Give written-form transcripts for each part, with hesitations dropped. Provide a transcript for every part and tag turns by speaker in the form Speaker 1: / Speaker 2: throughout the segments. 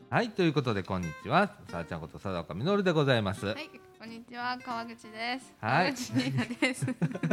Speaker 1: はい、ということでこんにちは、さあちゃんこと佐岡実でございます。
Speaker 2: はい、こんにちは、川口です。
Speaker 1: はい
Speaker 2: 川口ニーナです。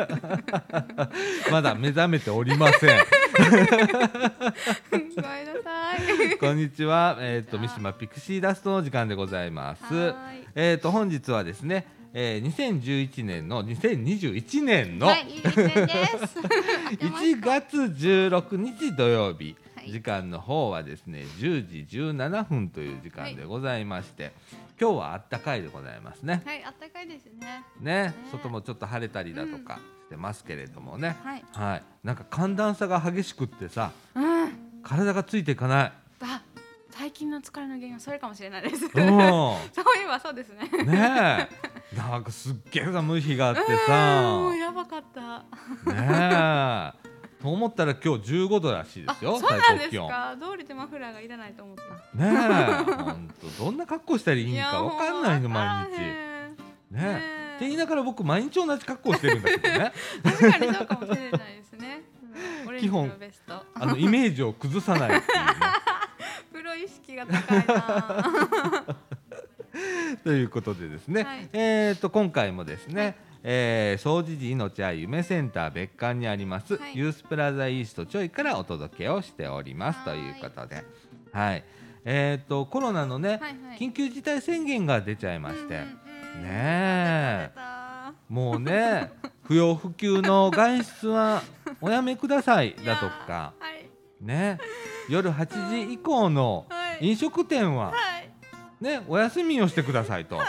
Speaker 1: まだ目覚めておりません。
Speaker 2: ごめんなさい。
Speaker 1: こんにちは、
Speaker 2: こんにちは
Speaker 1: 三島ピクシーダストの時間でございます。
Speaker 2: はい。
Speaker 1: 本日はですね、2011年の2021年の、
Speaker 2: はい、21年です。明けまし
Speaker 1: 1月16日土曜日、
Speaker 2: はい
Speaker 1: 時間の方はですね10時17分という時間でございまして、今日はあったかいでございますね。
Speaker 2: はい、あったかいですね。
Speaker 1: ね、外もちょっと晴れたりだとかしてますけれどもね、
Speaker 2: はい。
Speaker 1: はい、なんか寒暖差が激しくってさ、
Speaker 2: うん。
Speaker 1: 体がついていかない。
Speaker 2: 最近の疲れの原因はそれかもしれないです。
Speaker 1: うん
Speaker 2: そういえばそうですね。
Speaker 1: ねえ、なんかすっげえ寒い日があって
Speaker 2: も
Speaker 1: さ
Speaker 2: う、やばかった。
Speaker 1: ねえと思ったら今日15度らしいですよ、
Speaker 2: そう
Speaker 1: 最
Speaker 2: なんです
Speaker 1: 高気温。
Speaker 2: か。道理でマフラーがいらないと思った。
Speaker 1: ねえ、ほんとどんな格好したらいいんかわかんないの毎日。ねえって言いながら僕毎日同じ格好してるんだけどね。
Speaker 2: 確かにそうかもしれないですね。オレンジのベスト。
Speaker 1: イメージを崩さないっていうね。
Speaker 2: プロ意識が高いな。
Speaker 1: ということでですね、
Speaker 2: はい、
Speaker 1: 今回もですね、総持寺いのち愛夢センター別館にあります、
Speaker 2: はい、
Speaker 1: ユースプラザイーストちょいからお届けをしておりますということで、はい、コロナのね、
Speaker 2: はいはい、
Speaker 1: 緊急事態宣言が出ちゃいまして、
Speaker 2: ね
Speaker 1: えもうね不要不急の外出はおやめくださいだとか、
Speaker 2: はい、
Speaker 1: ね、夜8時以降の飲食店は、ね、お休みをしてくださいと。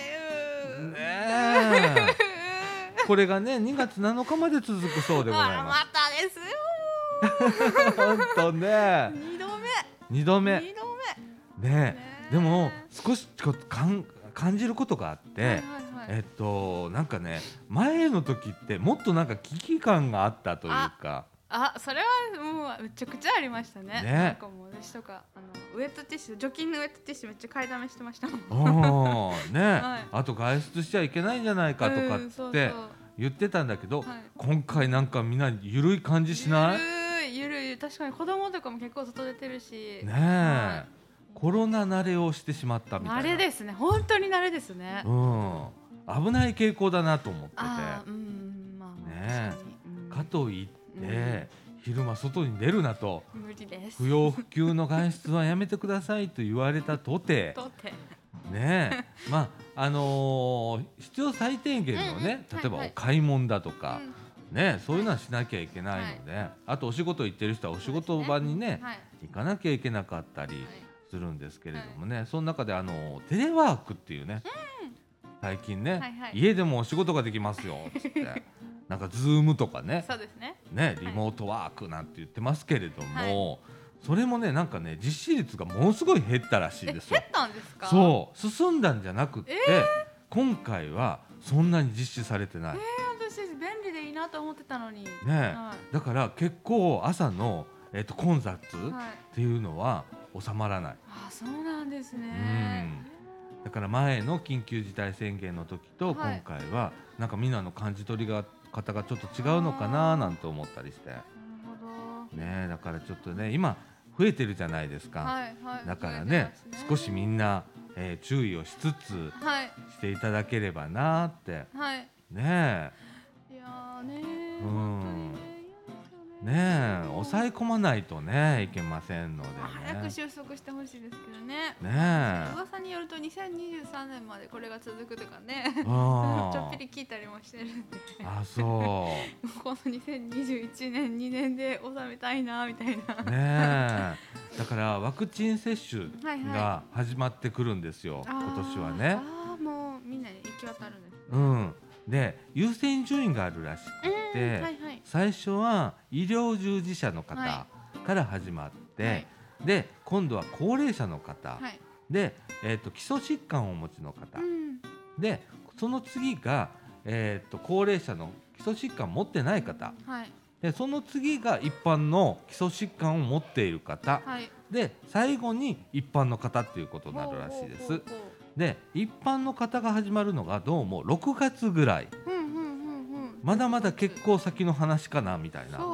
Speaker 1: ねこれがね2月7日まで続くそうでございます。
Speaker 2: またですよ。
Speaker 1: 本当ね。2度目。ねでも少しちょっと感じることがあって、なんかね前の時ってもっとなんか危機感があったというか。
Speaker 2: それはもうめちゃくちゃありましたね。なんかもう私とかウエットティッシュ、除菌のウエットティッシュめっちゃ買いだめしてましたもん。
Speaker 1: ね、あと外出しちゃいけないんじゃないかとかって言ってたんだけど、今回なんかみんなゆるい感じしない？
Speaker 2: ゆるい、確かに子供とかも結構外出てるし
Speaker 1: ね、コロナ慣れをしてしまったみたいな。
Speaker 2: 慣れですね、本当に慣れですね。
Speaker 1: 危ない傾向だなと思ってて、
Speaker 2: ね、
Speaker 1: かといって昼間外に出るなと、
Speaker 2: 無理です、
Speaker 1: 不要不急の外出はやめてくださいと言われたとてねえ、まあ必要最低限のね、例えばお買い物だとか、ね、そういうのはしなきゃいけないので、あとお仕事行ってる人はお仕事場にね行かなきゃいけなかったりするんですけれどもね、その中でテレワークっていうね、最近ね、家でもお仕事ができますよっつってなんかズームとかね、リモートワークなんて言ってますけれども、それもねなんかね実施率がものすごい減ったらしいですよ。
Speaker 2: 減ったんですか？
Speaker 1: そう進んだんじゃなくって、今回はそんなに実施されてない。
Speaker 2: 私便利でいいなと思ってたのに
Speaker 1: ね、だから結構朝の、混雑っていうのは収まらない。
Speaker 2: そうなんですね。
Speaker 1: だから前の緊急事態宣言の時と今回はなんかみんなの感じ取り方がちょっと違うのかななんて思ったりして。ね、だからちょっとね今増えてるじゃないですか。だからね少しみんな、注意をしつつしていただければなって。ねえ抑え込まないとねいけませんのでね。
Speaker 2: 早く収束してほしいですけどね。噂によると2023年までこれが続くとかね、ちょっぴり聞いたりもしてるんで。
Speaker 1: そう
Speaker 2: この2021年2年で収めたいなみたいな。
Speaker 1: ねだからワクチン接種が始まってくるんですよ、今年はね。
Speaker 2: もうみんなに行き渡るんですね。
Speaker 1: で優先順位があるらしくて、最初は医療従事者の方から始まって、で今度は高齢者の方、で、基礎疾患をお持ちの方、でその次が、高齢者の基礎疾患を持ってない方、でその次が一般の基礎疾患を持っている方、で最後に一般の方っていうことになるらしいです。で一般の方が始まるのがどうも6月ぐらい、まだまだ結構先の話かなみたいな。
Speaker 2: そうで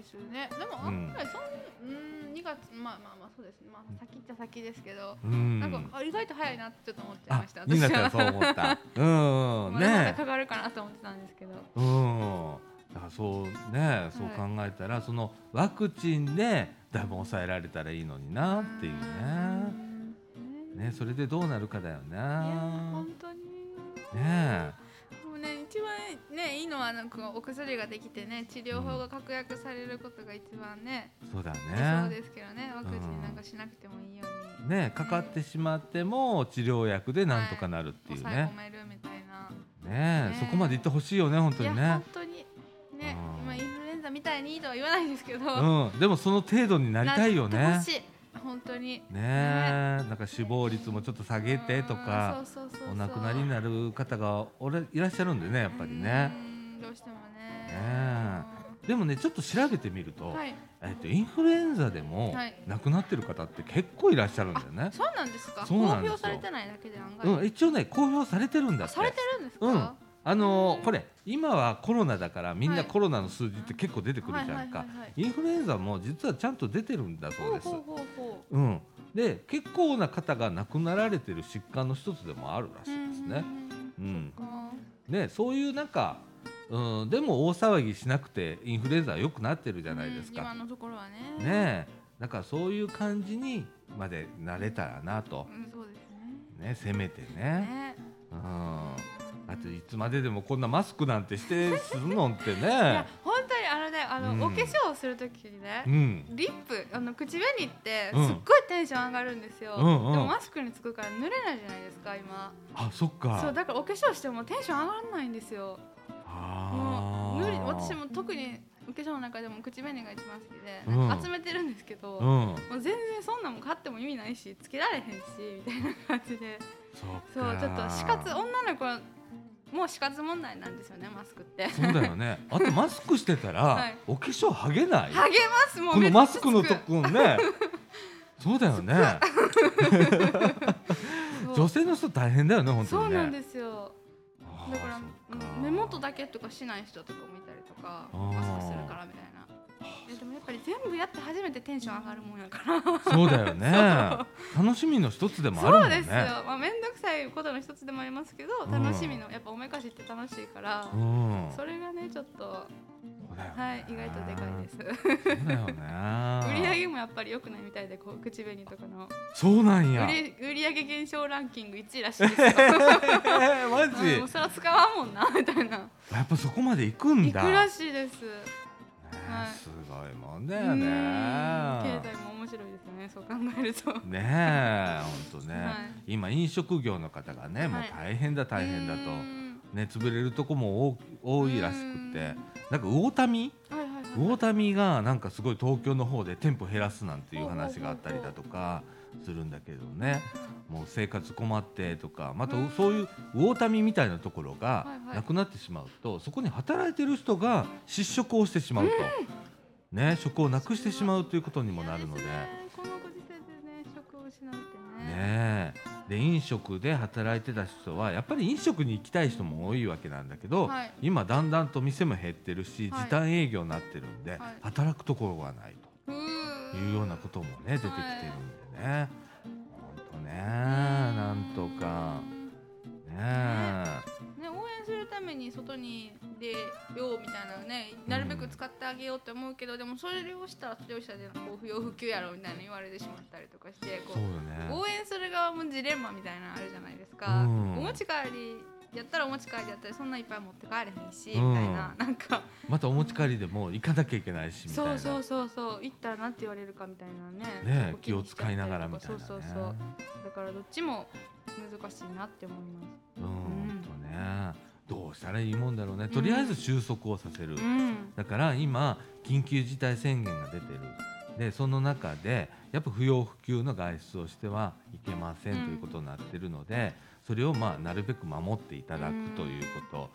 Speaker 2: ですね。でも案外2月そうですね。先っちゃ先ですけど、なんか意外と早いなってちょっと思っちゃいました。
Speaker 1: みんなからそう思った。
Speaker 2: まだかかるかなと思ってたんですけど。
Speaker 1: だからそうね、そう考えたらそのワクチンでだいぶ抑えられたらいいのになっていうね。それでどうなるかだよね。
Speaker 2: 本当に。もうね、一番ねいいのはなんかお薬ができてね、治療法が確約されることが一番ね。
Speaker 1: そうだね。
Speaker 2: そうですけどね、ワクチンなんかしなくてもいいように。
Speaker 1: ね、かかってしまっても治療薬でなんとかなるっていうね。
Speaker 2: 抑え込めるみたいな。
Speaker 1: ね、そこまでいってほしいよね、本当にね。
Speaker 2: 本当にね、今インフルエンザみたいにとは言わないですけど。
Speaker 1: でもその程度になりたいよね。
Speaker 2: 本当に
Speaker 1: なんか死亡率もちょっと下げてとか、お亡くなりになる方がいらっしゃるんでね、やっぱりね。
Speaker 2: どうしてもね。
Speaker 1: でもね、ちょっと調べてみると、インフルエンザでも亡くなってる方って結構いらっしゃるんだよね。
Speaker 2: そうなんですか。公表されてないだけで案外。
Speaker 1: 一応ね、公表されてるんだって。
Speaker 2: されてるんですか。
Speaker 1: これ今はコロナだからみんなコロナの数字って結構出てくるじゃんか。インフルエンザも実はちゃんと出てるんだそうです。で結構な方が亡くなられてる疾患の一つでもあるらしいですね。でそういうなんかでも大騒ぎしなくてインフルエンザは良くなってるじゃないですか。
Speaker 2: 今のところはね。
Speaker 1: だからそういう感じにまでなれたらなと。
Speaker 2: そうですね。
Speaker 1: せめてね。あといつまででもこんなマスクなんてしてするのってね。いや
Speaker 2: 本当にお化粧をするときにね、リップ口紅ってすっごいテンション上がるんですよ。でもマスクにつくから塗れないじゃないですか今。
Speaker 1: そっか。
Speaker 2: そうだからお化粧してもテンション上がらないんですよ。私も特にお化粧の中でも口紅が一番好きで、集めてるんですけど、もう全然そんなも買っても意味ないしつけられへんしみたいな感じで。そうちょっと死活女の子もう死活問題なんですよね、マスクって。
Speaker 1: そうだよね。あとマスクしてたら、お化粧剥げない？
Speaker 2: 剥げますもん。
Speaker 1: このマスクのとこね。そうだよね。女性の人大変だよね、本当にね。
Speaker 2: そうなんですよ。だから目元だけとかしない人とかもいたりとか、マスクするからみたいな。でもやっぱり全部やって初めてテンション上がるもんやから。
Speaker 1: そうだよね。楽しみの一つでもあるもんね。
Speaker 2: そうですよ。面倒くさいことの一つでもありますけど、楽しみのやっぱおめかしって楽しいから、それがねちょっと意外とでかいです。
Speaker 1: そうだよね。
Speaker 2: 売り上げもやっぱり良くないみたいで、口紅とかの。
Speaker 1: そうなんや。
Speaker 2: 売り上げ減少ランキング1位らしいですよ。
Speaker 1: マジ？
Speaker 2: もうそれは使わんもんなみたいな。
Speaker 1: やっぱそこまで行くんだ。
Speaker 2: 行くらしいです。
Speaker 1: すごいもんだよね。
Speaker 2: 経済も面白いですね、そう考えると。
Speaker 1: ねえ、本当ね。今飲食業の方がね、もう大変だと。ね、潰れるとこも多いらしくて、なんか魚民がなんかすごい東京の方で店舗減らすなんていう話があったりだとかするんだけどね。もう生活困ってとか、またそういう魚民みたいなところがなくなってしまうと、そこに働いてる人が失職をしてしまうと、ね、職をなくしてしまうということにもなるので。
Speaker 2: このご時世でね、職を失うって
Speaker 1: ね。で飲食で働いてた人はやっぱり飲食に行きたい人も多いわけなんだけど、今だんだんと店も減ってるし、時短営業になってるんで、働くところがないというようなこともね出てきてるんでね。なんとか
Speaker 2: 応援するために外に出ようみたいなね、なるべく使ってあげようって思うけど、でもそれをしたらそれをしたで不要不急やろみたいな言われてしまったりとかして、応援する側もジレンマみたいなのあるじゃないですか。お持ち帰りやったらお持ち帰りやったらそんないっぱい持って帰れへんしみたいな、なんか
Speaker 1: またお持ち帰りでも行かなきゃいけないしみたいな。
Speaker 2: そう行ったらなんて言われるかみたいな
Speaker 1: ね、気を使いながらみたいなね。
Speaker 2: だからどっちも難しいなって思います。
Speaker 1: どうしたらいいもんだろうね。とりあえず収束をさせる。だから今緊急事態宣言が出てる。でその中でやっぱ不要不急の外出をしてはいけませんということになってるので、それをなるべく守っていただくということ、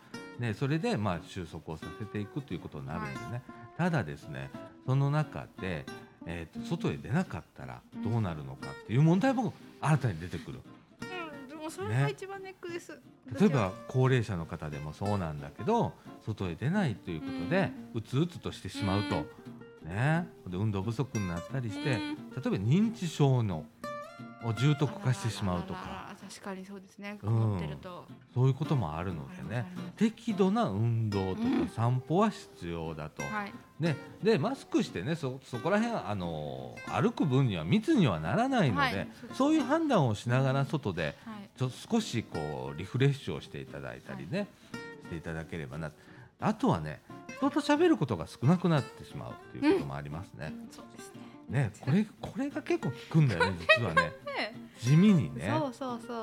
Speaker 1: ね、それで収束をさせていくということになるんですね。ただですね、その中で、外へ出なかったらどうなるのかっていう問題も新たに出てくる。
Speaker 2: でもそれが一番ネックです。
Speaker 1: 例えば高齢者の方でもそうなんだけど、外へ出ないということでうつうつとしてしまうと。 ね、で運動不足になったりして、例えば認知症の重篤化してしまうとか、
Speaker 2: 確かにそうですね、持ってると、
Speaker 1: そういうこともあるのでね、適度な運動とか散歩は必要だと、ね、でマスクしてね、そこら辺歩く分には密にはならないので、そういう判断をしながら外で少しこうリフレッシュをしていただいたりね、していただければな。あとはね、人と喋ることが少なくなってしまうっていうこともありますね。
Speaker 2: そうですね。
Speaker 1: ね、これが結構効くんだよね、実はね。地味にね。
Speaker 2: そうそうそう。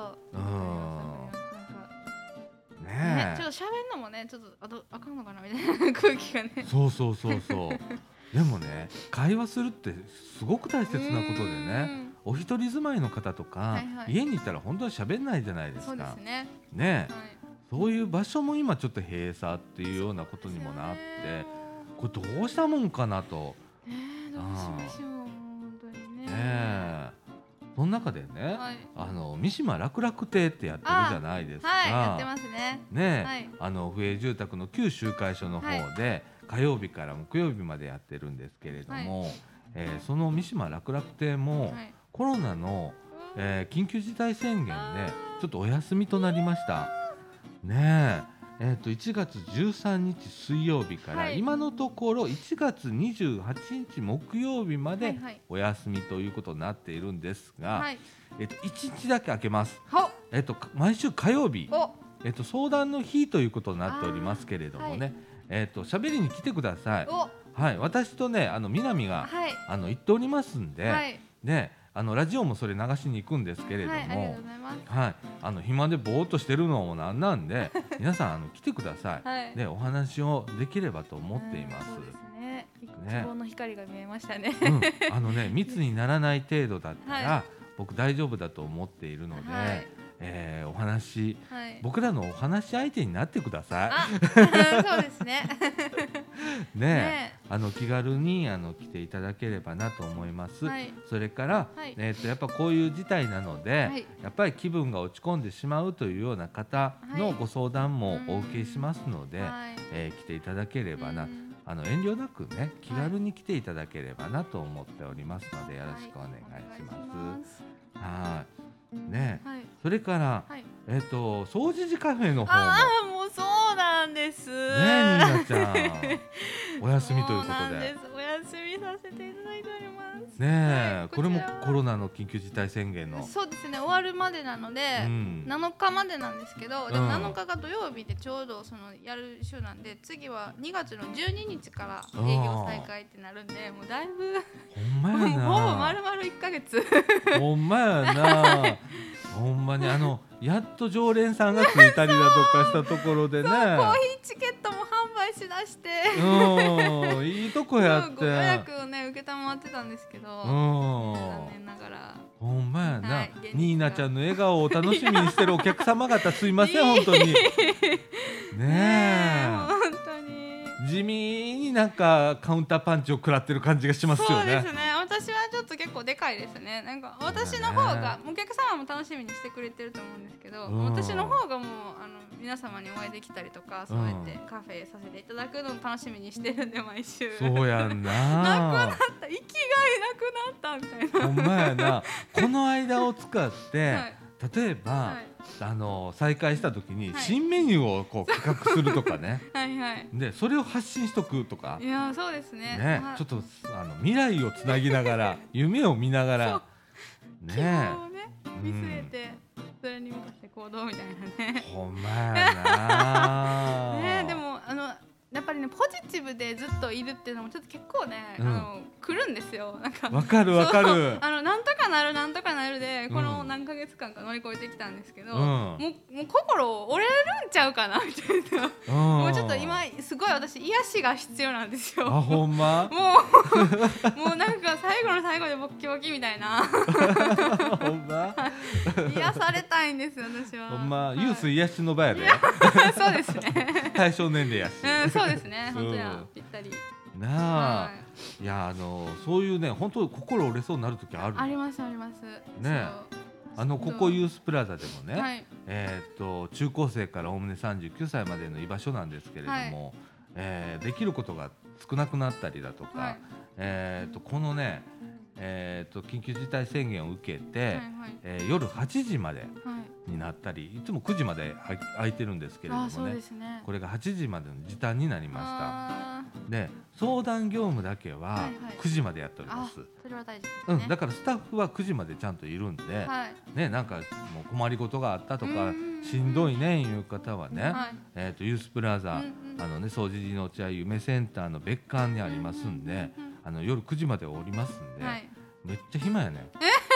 Speaker 2: ね、ちょっと喋るのもね、ちょっとあかんのかなみたいな空気がね。
Speaker 1: そうそうそうそう。でもね、会話するってすごく大切なことでね。お一人住まいの方とか、家にいたら本当に喋んないじゃないですか。そうですね。ね、そういう場所も今ちょっと閉鎖っていうようなことにもなって、これどうしたもんかなと。
Speaker 2: どうしましょう、本当にね。
Speaker 1: その中でね、三島楽々亭ってやってるじゃないですか。
Speaker 2: やってますね。
Speaker 1: ね、府営住宅の旧集会所の方で火曜日から木曜日までやってるんですけれども、その三島楽々亭もコロナの緊急事態宣言でちょっとお休みとなりました。ねえ、1月13日水曜日から今のところ1月28日木曜日までお休みということになっているんですが、1日だけ空けます。毎週火曜日、相談の日ということになっておりますけれどもね、喋りに来てください。はい、私とね、南が行っておりますんで、ね、ラジオもそれ流しに行くんですけれども、暇でぼーっとしてるのもなんなんで皆さん来てください。でお話をできればと思っています。
Speaker 2: そうですね。希望の光が見えましたね。
Speaker 1: 密にならない程度だったら僕大丈夫だと思っているので。お話、僕らのお話し相手になってください。
Speaker 2: そうですね。
Speaker 1: ね、気軽に来ていただければなと思います。それから、やっぱこういう事態なので、やっぱり気分が落ち込んでしまうというような方のご相談もお受けしますので、来ていただければな。遠慮なくね、気軽に来ていただければなと思っておりますので、よろしくお願いします。はい。ね、それから、掃除時カフェの方も。
Speaker 2: もうそうなんです。
Speaker 1: ね、ニーナちゃんお休みということで。
Speaker 2: お休みさせていただいております。
Speaker 1: ね、これもコロナの緊急事態宣言の。
Speaker 2: そうですね、終わるまでなので、7日までなんですけど、でも7日が土曜日でちょうどそのやる週なんで、次は2月の12日から営業再開ってなるんで、もうだいぶ
Speaker 1: ほんまやな。
Speaker 2: ほぼ丸々1ヶ月。
Speaker 1: ほんまやな。ほんまにやっと常連さんがついたりだとかしたところでね。コ
Speaker 2: ーヒーチケットも販売しだして。
Speaker 1: いいとこやって。
Speaker 2: ご予約をね受けたまってたんですけど、残念ながら。
Speaker 1: ほんまやな。ニーナちゃんの笑顔を楽しみにしてるお客様方すいません本当に。ねえ。
Speaker 2: 本当に。
Speaker 1: 地味になんかカウンターパンチを食らってる感じがしますよね。
Speaker 2: そうですね。私はちょっと結構でかいですね。なんか私の方がお客様も楽しみにしてくれてると思うんですけど、私の方がもう皆様にお会いできたりとか、そうやってカフェさせていただくのを楽しみにしてるんで毎週。
Speaker 1: そうやんな。
Speaker 2: なくなった生きがいなくなったみたいな。
Speaker 1: ほんまやな。この間を使って、例えば、再開した時に新メニューをこう企画するとかね。でそれを発信しとくとか。
Speaker 2: いやそうですね。
Speaker 1: ね、ちょっと未来をつなぎながら夢を見ながら
Speaker 2: ね、希望をね見据えてそれに向かって行動みたいなね。
Speaker 1: ほんまやな。
Speaker 2: ね、でもやっぱりねポジティブでずっといるっていうのもちょっと結構ね、来るんですよ。なんか
Speaker 1: わかるわかる。
Speaker 2: なんとかなるなんとかなるでこの何ヶ月間か乗り越えてきたんですけど、もう心折れるんちゃうかなみたいな。もうちょっと今すごい私癒しが必要なんですよ。
Speaker 1: あ、ほんま。
Speaker 2: もうなんか最後の最後でボッキボキみたいな。
Speaker 1: ほんま。
Speaker 2: 癒されたいんです私は。
Speaker 1: ほんま、ユース癒しの場やで。
Speaker 2: そうですね。
Speaker 1: 対象年齢やし。
Speaker 2: そうですね。本当やぴったり。
Speaker 1: なあ、いやそういうね本当に心折れそうになる時ある。
Speaker 2: ありますあります。
Speaker 1: ね、ここユースプラザでもね、中高生からおおむね39歳までの居場所なんですけれども、できることが少なくなったりだとか、 このね、緊急事態宣言を受けて、夜8時までになったり、いつも9時まで空いてるんですけれども ね、これが8時までの時短になりました。で相談業務だけは9時までやっております。
Speaker 2: それは大事ですね。
Speaker 1: だからスタッフは9時までちゃんといるんで、なんかもう困りごとがあったとかしんどいねいう方はね、ユースプラザ総除寺の落合夢センターの別館にありますんで、夜9時までおりますんで、めっちゃ暇やね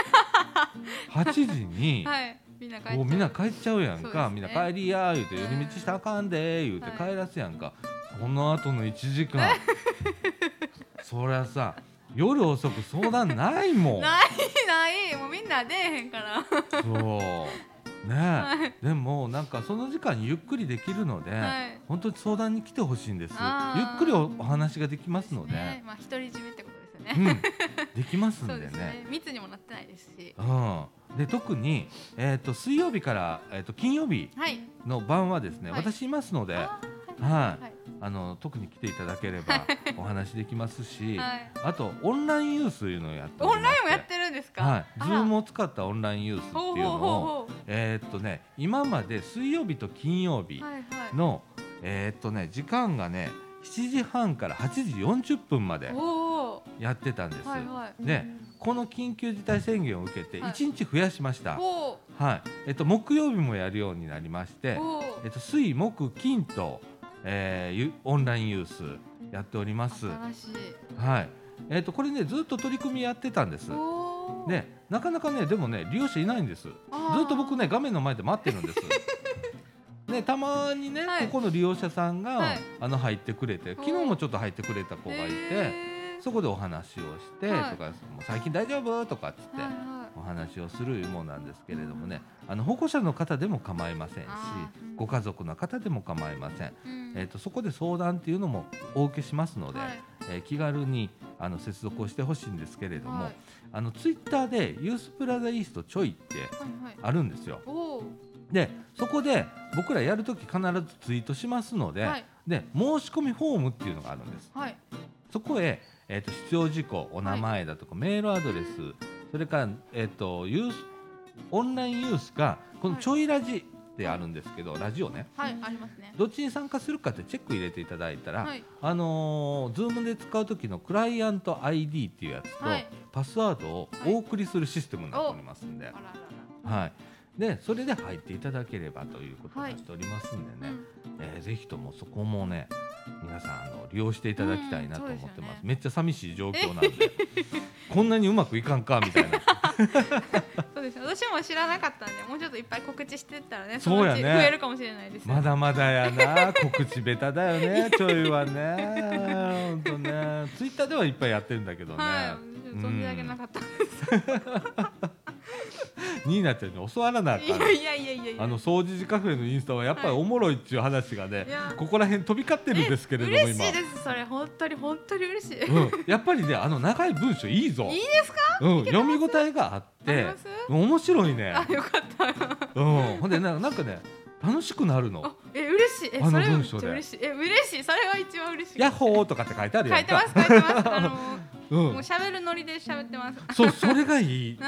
Speaker 1: 8時にみんな帰っちゃうやんか。みんな帰りや言うて、寄り道したらあかんで言うて帰らすやんか。この後の1時間そりゃさ、夜遅く相談ないもん。
Speaker 2: ないもうみんな出えへんから
Speaker 1: そうね、でもなんかその時間にゆっくりできるので、本当に相談に来てほしいんです。ゆっくりお話ができますので、
Speaker 2: 独り占めってことですよね。
Speaker 1: できますんでね。
Speaker 2: 密にもなってないですし、
Speaker 1: で特に、水曜日から、金曜日の晩はですね、私いますので、特に来ていただければお話できますし、あとオンラインユースいうのをやっておりまして。
Speaker 2: オンラインもやってるんですか。
Speaker 1: Zoom を使ったオンラインユースっていうのを今まで水曜日と金曜日の時間がね7時半から8時40分までやってたんです。でこの緊急事態宣言を受けて1日増やしました。木曜日もやるようになりまして、水木金とオンラインユースやっております。これねずっと取り組みやってたんです。でなかなかねでもね利用者いないんです。ずっと僕ね画面の前で待ってるんですね、たまにね、ここの利用者さんが、入ってくれて、昨日もちょっと入ってくれた子がいて、そこでお話をしてとか、もう最近大丈夫とかっつって、お話をするものなんですけれどもね、保護者の方でも構いませんし、ご家族の方でも構いません。そこで相談っていうのもお受けしますので、気軽に接続をしてほしいんですけれども、ツイッターでユースプラザイーストちょいってあるんですよ。でそこで僕らやるとき必ずツイートしますので、で申し込みフォームっていうのがあるんです。そこへ、必要事項、お名前だとか、メールアドレス、それから、オンラインユースかこのちょいラジってあるんですけど、ラジオね、
Speaker 2: ありますね。
Speaker 1: どっちに参加するかってチェック入れていただいたら、Zoom で使う時のクライアント ID っていうやつと、パスワードをお送りするシステムになっておりますんで、でそれで入っていただければということになっておりますんでね、ぜひともそこもね皆さん利用していただきたいなと思ってます。めっちゃ寂しい状況なんでこんなにうまくいかんかみたいな
Speaker 2: そうです。私も知らなかったんで、もうちょっといっぱい告知してったらね、
Speaker 1: そうやね、
Speaker 2: 増えるかもしれないです。
Speaker 1: まだまだやな告知ベタだよねちょいはね本当ね。ツイッターではいっぱいやってるんだけどね、
Speaker 2: 存じ上げなかったんです
Speaker 1: ニーナちゃんに教わらなあかん。掃除時カフェのインスタはやっぱりおもろいっていう話がね、ここら辺飛び交ってるんですけれども、
Speaker 2: 嬉しいです。それ本当に嬉しい。
Speaker 1: やっぱりね長い文章いいぞ。
Speaker 2: いいですか？
Speaker 1: 読み応えがあって面白いね。
Speaker 2: よかった。
Speaker 1: ほんでなんかね楽しくなるの。
Speaker 2: 嬉しい。
Speaker 1: それ文章で
Speaker 2: 嬉しい。嬉しい。それが一番嬉しい。
Speaker 1: ヤッホーとかって書いてあるやんか。
Speaker 2: 書いてます。もう喋るノリで喋ってます。
Speaker 1: それがいい。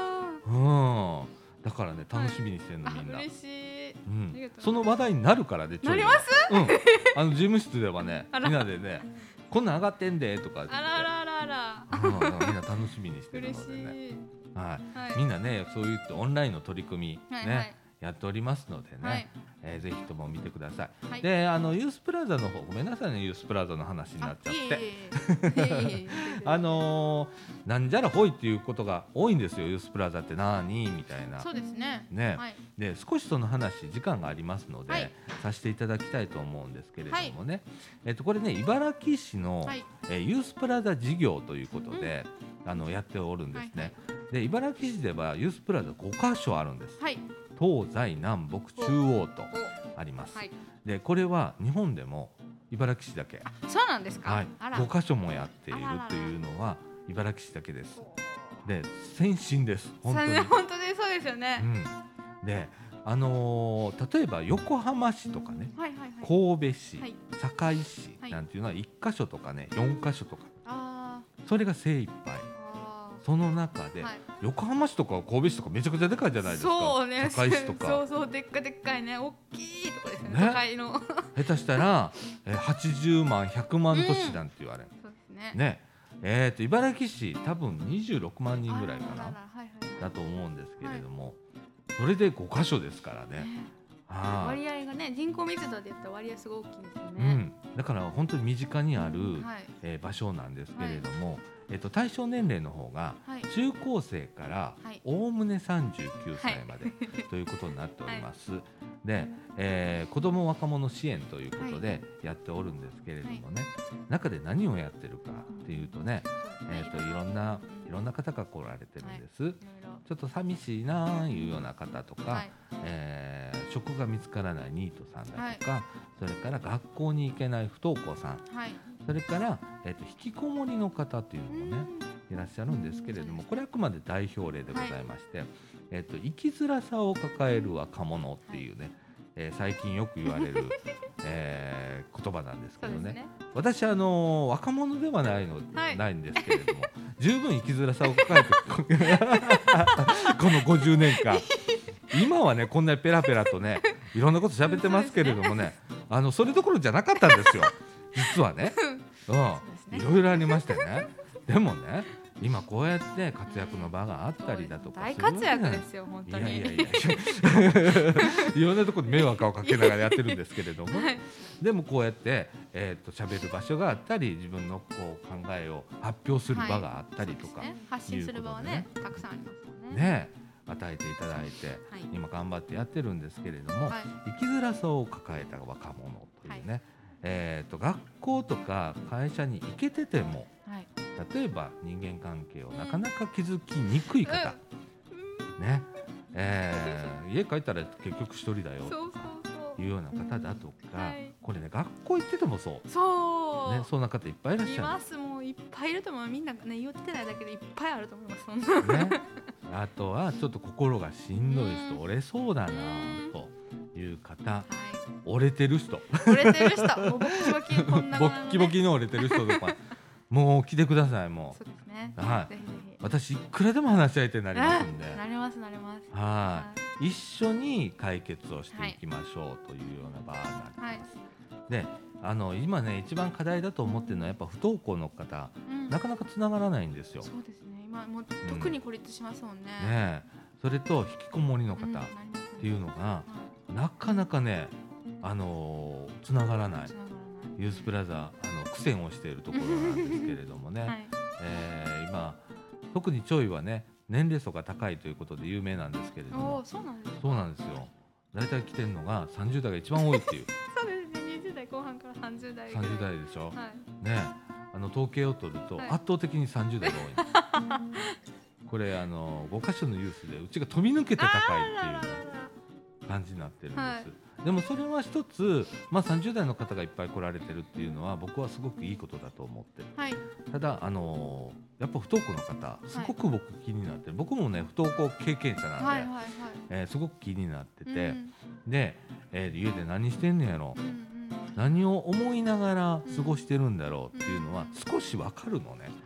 Speaker 1: だからね楽しみにしてるのみんな。
Speaker 2: 嬉しい。
Speaker 1: その話題になるからね。
Speaker 2: なります？
Speaker 1: 事務室ではねみんなでねこんなん上がってんでとかって。みんな楽しみにしてるのでね。みんなねそういったオンラインの取り組みねやっておりますのでね、ぜひとも見てください。でユースプラザの方、ごめんなさいねユースプラザの話になっちゃってなんじゃらほいっていうことが多いんですよ。ユースプラザって何みたいな。
Speaker 2: そうですね。
Speaker 1: で少しその話時間がありますので、させていただきたいと思うんですけれどもね、これね茨城市の、ユースプラザ事業ということで、やっておるんですね。で茨城市ではユースプラザ5カ所あるんです。東西南北中央とあります。でこれは日本でも茨城市だけ。
Speaker 2: そうなんですか。
Speaker 1: 5カ所もやっているというのは茨城市だけです。で先進です。本当に
Speaker 2: そうですよね。
Speaker 1: で例えば横浜市とかね、神戸市、堺市なんていうのは1カ所とかね4カ所とかそれが精一杯。その中で、横浜市とか神戸市とかめちゃくちゃでかいじゃないですか。
Speaker 2: そうね、
Speaker 1: 堺市とか
Speaker 2: そうでっかいね、大きいとこですね、都会の
Speaker 1: 下手したら、80万100万都市なんて言われる、
Speaker 2: そうですね。
Speaker 1: 茨城市多分26万人ぐらいかなだと思うんですけれども、それで5カ所ですからね。
Speaker 2: 割合がね、人口密度で言ったら割合すごい大きいですよね。
Speaker 1: だから本当に身近にある、場所なんですけれども、対象年齢の方が中高生からおおむね39歳までということになっております。で、子ども若者支援ということでやっておるんですけれどもね、中で何をやってるかっていうとね、いろんな方が来られてるんです。ちょっと寂しいなあいうような方とか、職が見つからないニートさんだとか、それから学校に行けない不登校さん、それから、引きこもりの方っていうのもねいらっしゃるんですけれども、これはあくまで代表例でございまして、生きづらさを抱える若者っていうね、最近よく言われる、言葉なんですけどね。私若者ではないんですけれども、十分生きづらさを抱えてこの50年間今はねこんなにペラペラとねいろんなこと喋ってますけれどもね、それどころじゃなかったんですよ実はね。いろいろありましてね。でもね、今こうやって活躍の場があったりだとか、
Speaker 2: 大活躍ですよ本当に。
Speaker 1: いろんなところに迷惑をかけながらやってるんですけれども、でもこうやって喋る場所があったり、自分のこう考えを発表する場があったりとか、
Speaker 2: 発信する場はねたくさんありますよね。
Speaker 1: 与えていただいて、今頑張ってやってるんですけれども、生きづらさを抱えた若者というね、学校とか会社に行けてても、例えば人間関係をなかなか築きにくい方、ね、家帰ったら結局一人だよというような方だとか、これね学校行っててもそう、ね、そんな方いっぱいいらっしゃる。
Speaker 2: います。もういっぱいいると思う。みんなね言ってないだけでいっぱいあると思います。
Speaker 1: あとはちょっと心がしんどい人、折れそうだなという方、折れてる人、もうボッキボキこんなボッキボキの折れてる人とかもう来てください。もう
Speaker 2: そうですね。
Speaker 1: 私いくらでも話し相手になりますんで。
Speaker 2: なります。
Speaker 1: 一緒に解決をしていきましょうというような場になります。で、今ね一番課題だと思ってるのはやっぱ不登校の方、なかなかつながらないんですよ。
Speaker 2: そうですね。今もう特に孤立しますもんね。
Speaker 1: それと引きこもりの方っていうのがなかなかねつながらない。ユースプラザ苦戦をしているところなんですけれどもね、今特にちょいはね年齢層が高いということで有名なんですけれども、そうなんですよ。だいたい来てるのが30代が一番多いっていう。
Speaker 2: そうですね。20代後半から30代ぐらい。
Speaker 1: 30代でしょ。ね、統計を取ると圧倒的に30代が多い。これ5カ所のユースでうちが飛び抜けて高いっていう感じになってるんです。でもそれは一つ、30代の方がいっぱい来られてるっていうのは僕はすごくいいことだと思ってる。ただやっぱ不登校の方すごく僕気になってる。僕もね不登校経験者なんで、すごく気になってて、で、家で何してんのやろ、何を思いながら過ごしてるんだろうっていうのは少しわかるのね。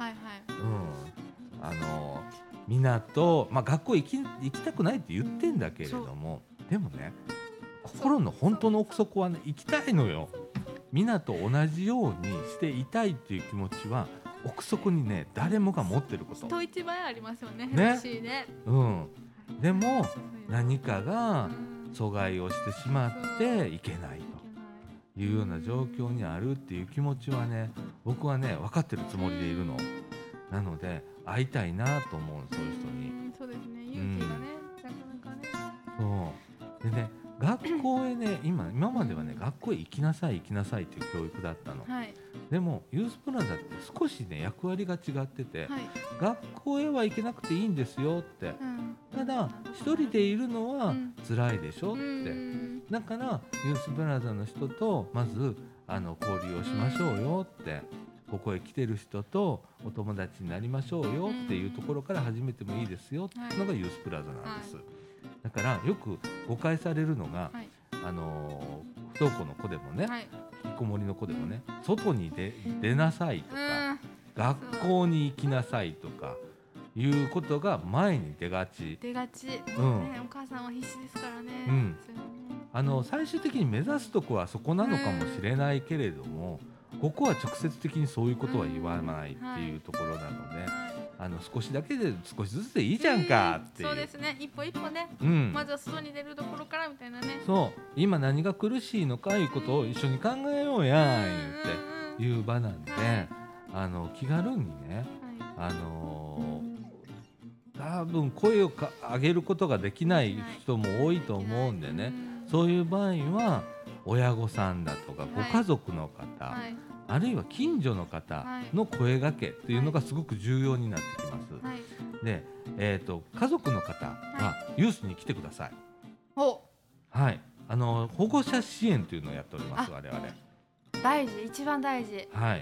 Speaker 1: 港、学校行きたくないって言ってんだけれども、でもね心の本当の奥底はね行きたいのよ。みんなと同じようにしていたいっていう気持ちは奥底にね誰もが持ってること。
Speaker 2: 人一倍ありますよね。
Speaker 1: でも何かが阻害をしてしまっていけないというような状況にあるっていう気持ちはね僕はね分かってるつもりでいるの。なので会いたいなと思う、そういう人に。
Speaker 2: そうですね。勇気がね、なかなかね。
Speaker 1: そうでね、学校へね今まではね学校へ行きなさいっていう教育だったの。でもユースプラザって少しね役割が違ってて、学校へは行けなくていいんですよって、ただ一人でいるのは辛いでしょって、だからユースプラザの人とまず交流をしましょうよって、ここへ来てる人とお友達になりましょうよっていうところから始めてもいいですよっていうのがユースプラザなんです。だからよく誤解されるのが、不登校の子でもね、引きこもりの子でもね、外に出なさいとか、 学校に行きなさいとかいうことが前に出がち、
Speaker 2: ね、お母さんは必死ですからね、
Speaker 1: 最終的に目指すとこはそこなのかもしれないけれども、ここは直接的にそういうことは言わないっていうところなので、少しだけで少しずつでいいじゃんかっていう、
Speaker 2: そうですね、一歩一歩ね、まずは外に出るところからみたいなね、
Speaker 1: そう今何が苦しいのかいうことを一緒に考えようやっていう場なんで、気軽にね、多分声を上げることができない人も多いと思うんでね、そういう場合は親御さんだとかご家族の方、あるいは近所の方の声掛けっていうのがすごく重要になってきます。で、家族の方はユースに来てください。はい、保護者支援というのをやっております。我々
Speaker 2: 大事、一番大事。
Speaker 1: はい、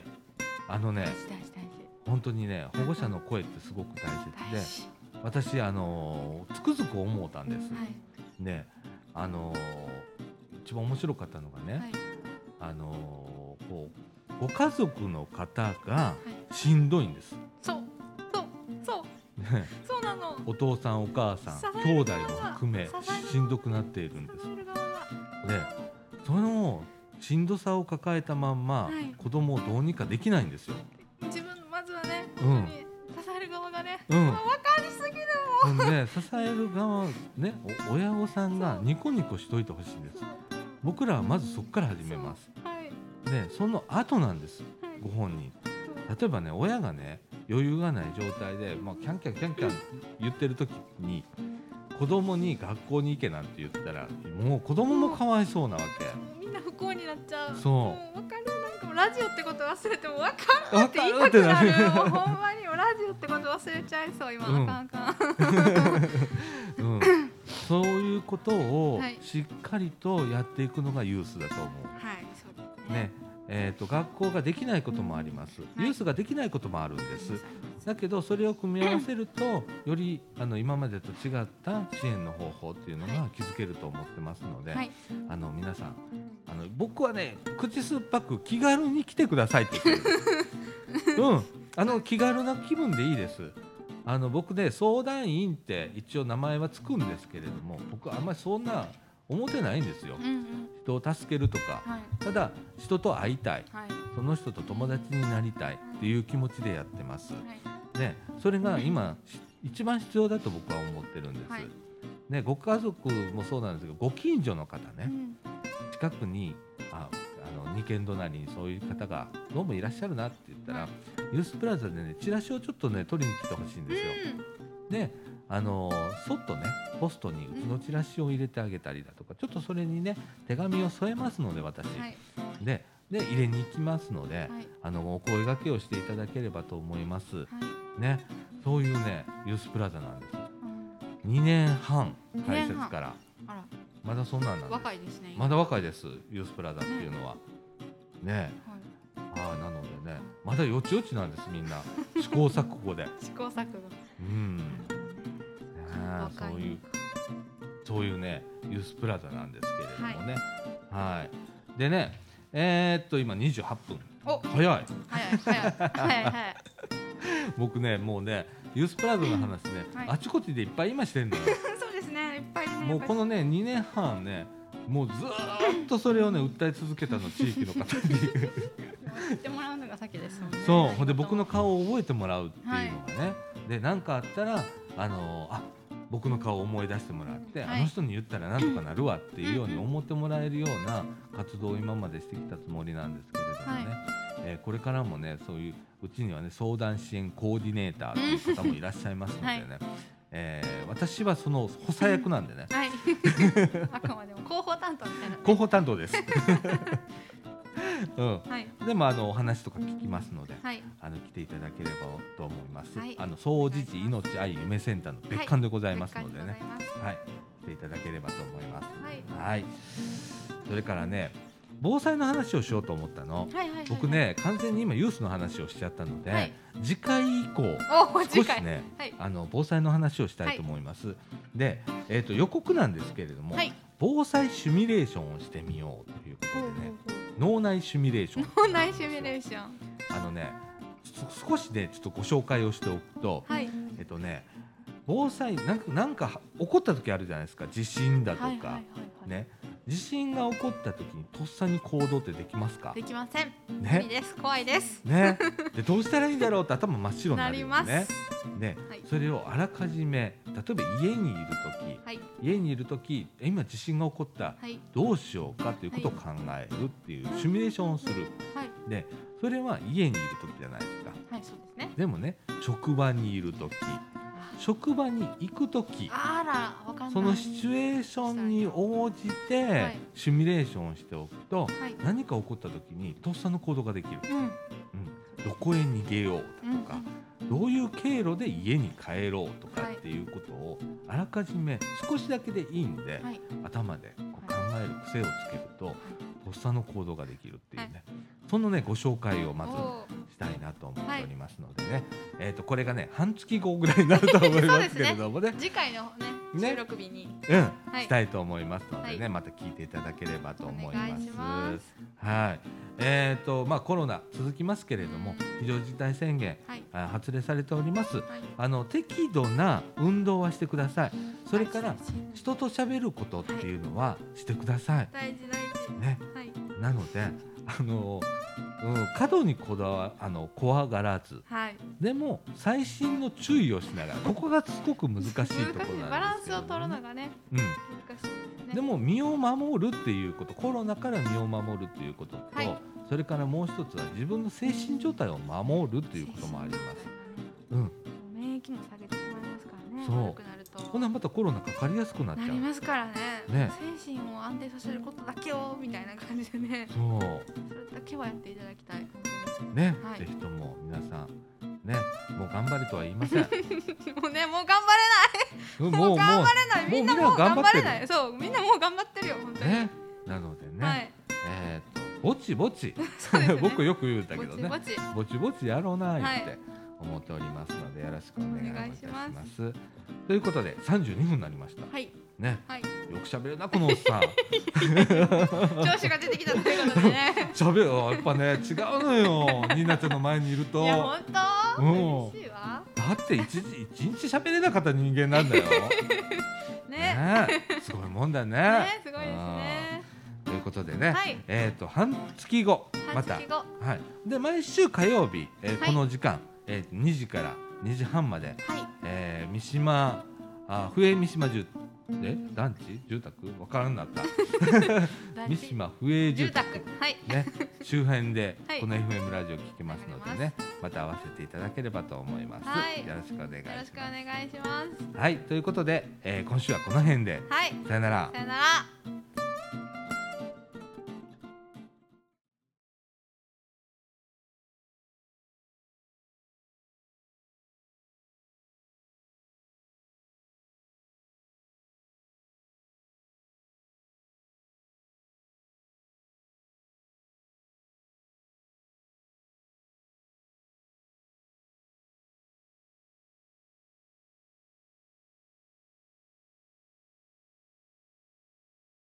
Speaker 1: 本当にね、保護者の声ってすごく大事で、私つくづく思ったんです。で、一番面白かったのがね、ご家族の方がしんどいんです。
Speaker 2: そうなの。
Speaker 1: お父さんお母さん兄弟も含めしんどくなっているんです。で、そのしんどさを抱えたまんま、子供をどうにかできないんですよ。
Speaker 2: 自分まずはね、支える側がね、分かりすぎるもん。
Speaker 1: で、支える側ね、親御さんがニコニコしといてほしいんです。僕らはまずそこから始めます。で、その後なんです、ご本人。例えばね、親がね余裕がない状態で、キャンキャンキャンキャン言ってる時に子供に学校に行けなんて言ったら、もう子供もかわいそうなわけ。
Speaker 2: みんな不幸になっちゃう。
Speaker 1: そう
Speaker 2: 分かる。なんかラジオってこと忘れても分かるって言いたくなる。ほんまにラジオってこと忘れちゃいそう今。あかん。
Speaker 1: そういうことをしっかりとやっていくのがユースだと思う。
Speaker 2: そうですね。
Speaker 1: 学校ができないこともあります。ユースができないこともあるんです。だけどそれを組み合わせるとより今までと違った支援の方法っていうのが気づけると思ってますので、皆さん僕はね、口酸っぱく気軽に来てくださいって言ってる。気軽な気分でいいです。僕ね、相談員って一応名前はつくんですけれども、僕はあんまりそんな思ってないんですよ。人を助けるとか、ただ人と会いたい、その人と友達になりたいっていう気持ちでやってます。で、それが今一番必要だと僕は思ってるんです。ね、ご家族もそうなんですけど、ご近所の方ね、近くに2軒隣にそういう方がどうもいらっしゃるなって言ったら、ユースプラザでね、チラシをちょっとね取りに来てほしいんですよ。で、そっとねポストにうちのチラシを入れてあげたりだとか、ちょっとそれにね手紙を添えますので、私、で入れに行きますので、お声掛けをしていただければと思います。ね、そういうねユースプラザなんです。2年半開設から。まだそんなんなんです。
Speaker 2: 若いですね。
Speaker 1: まだ若いです、ユースプラザっていうのはね。なのでね、まだよちよちなんです、みんな試行錯誤で。
Speaker 2: 試行錯誤。
Speaker 1: そういうねユースプラザなんですけれどもね。でね、今28分。早い。僕ね、もうねユースプラザの話ね、あちこちでいっぱい今してんのよ。
Speaker 2: そうですね、いっぱいね。
Speaker 1: もうこのね2年半ね、もうずーっとそれをね訴え続けたの、地域の方に。
Speaker 2: 知ってもらうのが先ですもんね。
Speaker 1: そう、で僕の顔を覚えてもらうっていうのがね、で何かあったら僕の顔を思い出してもらって、あの人に言ったらなんとかなるわっていうように思ってもらえるような活動を今までしてきたつもりなんですけれどもね、これからもね、そういううちにはね相談支援コーディネーターという方もいらっしゃいますのでね、私はその補佐役なんでね、
Speaker 2: あくまでも広報担当みたいな。
Speaker 1: 広報担当です。でもお話とか聞きますので、来ていただければと思います。総持寺命愛夢センターの別館でございますのでね、来ていただければと思います。それからね、防災の話をしようと思ったの。僕ね、完全に今ユースの話をしちゃったので、次回以降少しね防災の話をしたいと思います。で、予告なんですけれども、防災シミュレーションをしてみようということでね、脳内シミュレーション。 少しねちょっとご紹介をしておくと、
Speaker 2: はい、
Speaker 1: 防災なんか起こった時あるじゃないですか。地震だとか、ね、地震が起こった時にとっさに行動ってできますか？
Speaker 2: できません。
Speaker 1: ね、
Speaker 2: 無理です。怖いです。
Speaker 1: ね、でどうしたらいいんだろうって頭真っ白になるよね。
Speaker 2: なります。
Speaker 1: ね、それをあらかじめ例えば家にいる時、今地震が起こった、どうしようかということを考えるっていうシミュレーションをする。でそれは家にいる時じゃないですか。
Speaker 2: はい、そうですね。
Speaker 1: でもね、職場にいる時、職場に行く時、そのシチュエーションに応じてシミュレーションをしておくと、何か起こった時にとっさの行動ができる。どこへ逃げようとか、どういう経路で家に帰ろうとかっていうことをあらかじめ少しだけでいいんで、頭でこう考える癖をつけるととっさの行動ができるっていうね、そのねご紹介をまずしたいなと思っておりますのでね、これがね半月後ぐらいになると思いますけれどもね
Speaker 2: 次回のね収録日に
Speaker 1: したいと思いますのでね、また聞いていただければと思います。はい、コロナ続きますけれども非常事態宣言発令されております。適度な運動はしてください。それから人と喋ることっていうのはしてください。
Speaker 2: 大事
Speaker 1: ね。なので過度に怖がらず、でも細心の注意をしながら、ここがすごく難しいところなんですけど、
Speaker 2: バランスを取るのがね、難しいですね。
Speaker 1: でも身を守るっていうこと、コロナから身を守るっていうことと、それからもう一つは自分の精神状態を守るっていうこともあります。
Speaker 2: 免疫も下げてしまいますからね。
Speaker 1: そう。こんなまたコロナかかりやすくなっちゃう。
Speaker 2: なりますからね。精神を安定させることだけをみたいな感じでね。それだけはやっていただきたい。
Speaker 1: ね、ぜひとも皆さんね、もう頑張れとは言いません。もう
Speaker 2: 頑張れない。もう頑張れない。みんなもう頑張れない。そう、みんなもう頑張ってるよ本当に。
Speaker 1: なのでね、ぼちぼち僕よく言うんだけどね、ぼちぼちやろうなって思っておりますのでよろしくお願いいたします。ということで32分になりました。ね、よく喋るなこのおっさん。
Speaker 2: 調子が出てきたということでね。
Speaker 1: 喋るやっぱね違うのよ。ニーナちゃんの前にいると。
Speaker 2: いや本当。嬉しいわ。
Speaker 1: だって一日喋れなかった人間なんだよ。ね、すごいもんだね。
Speaker 2: すごいですね。
Speaker 1: ということでね、半月後またで毎週火曜日この時間2時から2時半まで三島笛三島団地住宅わからんなった三島笛住宅ね周辺でこの FM ラジオ聞けますのでね、また合わせていただければと思います。よろしくお願いします。はい、ということで今週はこの辺でさよなら。